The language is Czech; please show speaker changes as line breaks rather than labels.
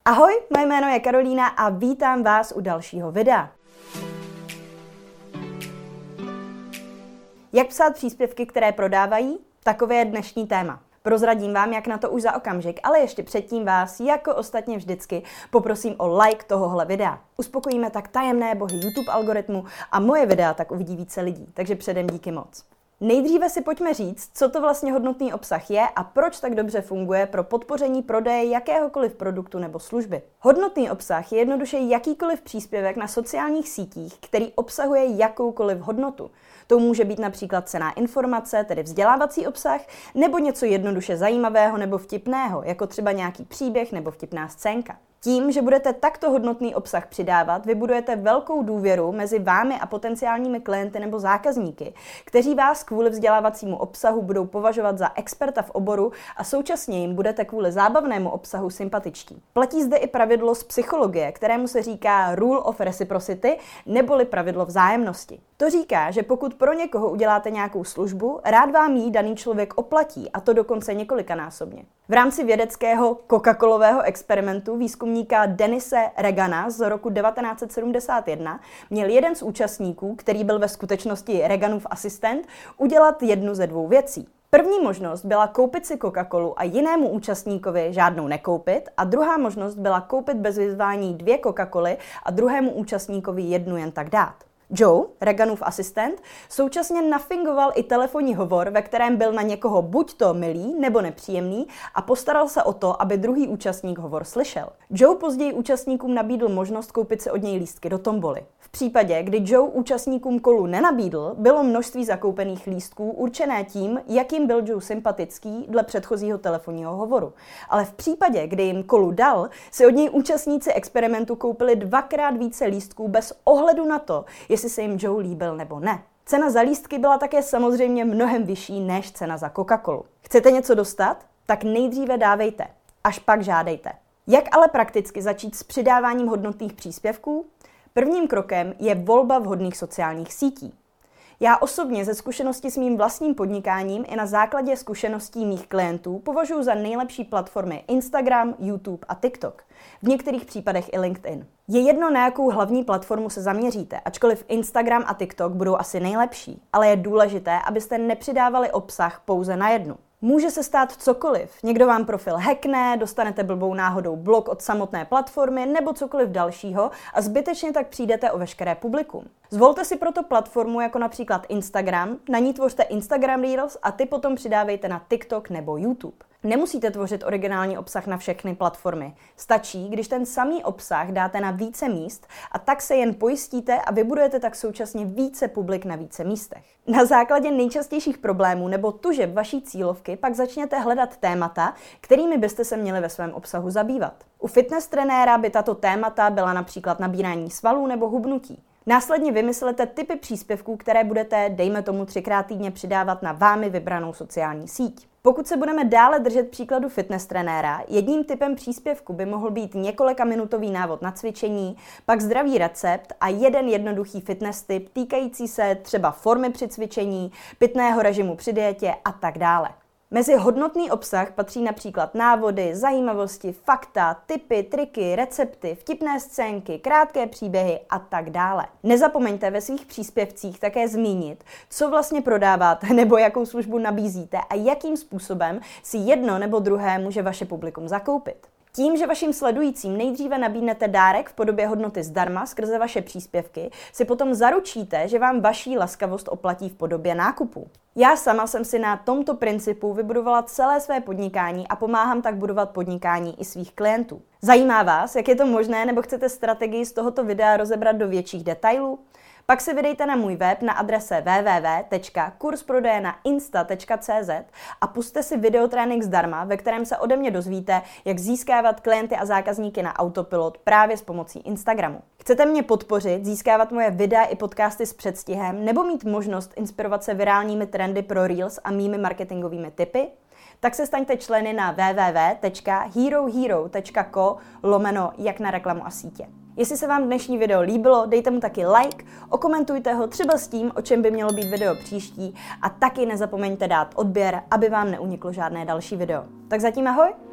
Ahoj, moje jméno je Karolína a vítám vás u dalšího videa. Jak psát příspěvky, které prodávají? Takové je dnešní téma. Prozradím vám, jak na to už za okamžik, ale ještě předtím vás, jako ostatně vždycky, poprosím o like tohohle videa. Uspokojíme tak tajemné bohy YouTube algoritmu a moje videa tak uvidí více lidí, takže předem díky moc. Nejdříve si pojďme říct, co to vlastně hodnotný obsah je a proč tak dobře funguje pro podpoření prodeje jakéhokoliv produktu nebo služby. Hodnotný obsah je jednoduše jakýkoliv příspěvek na sociálních sítích, který obsahuje jakoukoliv hodnotu. To může být například cenná informace, tedy vzdělávací obsah, nebo něco jednoduše zajímavého nebo vtipného, jako třeba nějaký příběh nebo vtipná scénka. Tím, že budete takto hodnotný obsah přidávat, vybudujete velkou důvěru mezi vámi a potenciálními klienty nebo zákazníky, kteří vás kvůli vzdělávacímu obsahu budou považovat za experta v oboru a současně jim budete kvůli zábavnému obsahu sympatičtí. Platí zde i pravidlo z psychologie, kterému se říká Rule of Reciprocity, neboli pravidlo vzájemnosti. To říká, že pokud pro někoho uděláte nějakou službu, rád vám ji daný člověk oplatí, a to dokonce několikanásobně. V rámci vědeckého Coca-Colového experimentu výzkumníka Denise Regana z roku 1971 měl jeden z účastníků, který byl ve skutečnosti Reganův asistent, udělat jednu ze dvou věcí. První možnost byla koupit si Coca-Colu a jinému účastníkovi žádnou nekoupit a druhá možnost byla koupit bez vyzvání 2 Coca-Coly a druhému účastníkovi jednu jen tak dát. Joe, Reganův asistent, současně nafingoval i telefonní hovor, ve kterém byl na někoho buď to milý nebo nepříjemný a postaral se o to, aby druhý účastník hovor slyšel. Joe později účastníkům nabídl možnost koupit si od něj lístky do tomboly. V případě, kdy Joe účastníkům kolu nenabídl, bylo množství zakoupených lístků určené tím, jakým byl Joe sympatický dle předchozího telefonního hovoru. Ale v případě, kdy jim kolu dal, si od něj účastníci experimentu koupili 2x více lístků bez ohledu na to, jestli se jim Joe líbil nebo ne. Cena za lístky byla také samozřejmě mnohem vyšší než cena za Coca-Colu. Chcete něco dostat? Tak nejdříve dávejte, až pak žádejte. Jak ale prakticky začít s přidáváním hodnotných příspěvků? Prvním krokem je volba vhodných sociálních sítí. Já osobně ze zkušenosti s mým vlastním podnikáním i na základě zkušeností mých klientů považuji za nejlepší platformy Instagram, YouTube a TikTok. V některých případech i LinkedIn. Je jedno, na jakou hlavní platformu se zaměříte, ačkoliv Instagram a TikTok budou asi nejlepší, ale je důležité, abyste nepřidávali obsah pouze na jednu. Může se stát cokoliv. Někdo vám profil hackne, dostanete blbou náhodou blok od samotné platformy nebo cokoliv dalšího a zbytečně tak přijdete o veškeré publikum. Zvolte si proto platformu jako například Instagram, na ní tvořte Instagram Reels a ty potom přidávejte na TikTok nebo YouTube. Nemusíte tvořit originální obsah na všechny platformy. Stačí, když ten samý obsah dáte na více míst a tak se jen pojistíte a vybudujete tak současně více publik na více místech. Na základě nejčastějších problémů nebo tužeb vaší cílovky pak začněte hledat témata, kterými byste se měli ve svém obsahu zabývat. U fitness trenéra by tato témata byla například nabírání svalů nebo hubnutí. Následně vymyslete typy příspěvků, které budete, dejme tomu 3x týdně, přidávat na vámi vybranou sociální síť. Pokud se budeme dále držet příkladu fitness trenéra, jedním typem příspěvku by mohl být několikaminutový návod na cvičení, pak zdravý recept a jeden jednoduchý fitness tip týkající se třeba formy při cvičení, pitného režimu při dietě a tak dále. Mezi hodnotný obsah patří například návody, zajímavosti, fakta, tipy, triky, recepty, vtipné scénky, krátké příběhy a tak dále. Nezapomeňte ve svých příspěvcích také zmínit, co vlastně prodáváte nebo jakou službu nabízíte a jakým způsobem si jedno nebo druhé může vaše publikum zakoupit. Tím, že vašim sledujícím nejdříve nabídnete dárek v podobě hodnoty zdarma skrze vaše příspěvky, si potom zaručíte, že vám vaší laskavost oplatí v podobě nákupu. Já sama jsem si na tomto principu vybudovala celé své podnikání a pomáhám tak budovat podnikání i svých klientů. Zajímá vás, jak je to možné, nebo chcete strategii z tohoto videa rozebrat do větších detailů? Pak se vydejte na můj web na adrese www.kursprodejnainsta.cz a pusťte si videotrénink zdarma, ve kterém se ode mě dozvíte, jak získávat klienty a zákazníky na autopilot právě s pomocí Instagramu. Chcete mě podpořit, získávat moje videa i podcasty s předstihem nebo mít možnost inspirovat se virálními trendy pro Reels a mými marketingovými tipy? Tak se staňte členy na www.herohero.co/jak na reklamu a sítě. Jestli se vám dnešní video líbilo, dejte mu taky like, okomentujte ho třeba s tím, o čem by mělo být video příští a taky nezapomeňte dát odběr, aby vám neuniklo žádné další video. Tak zatím ahoj!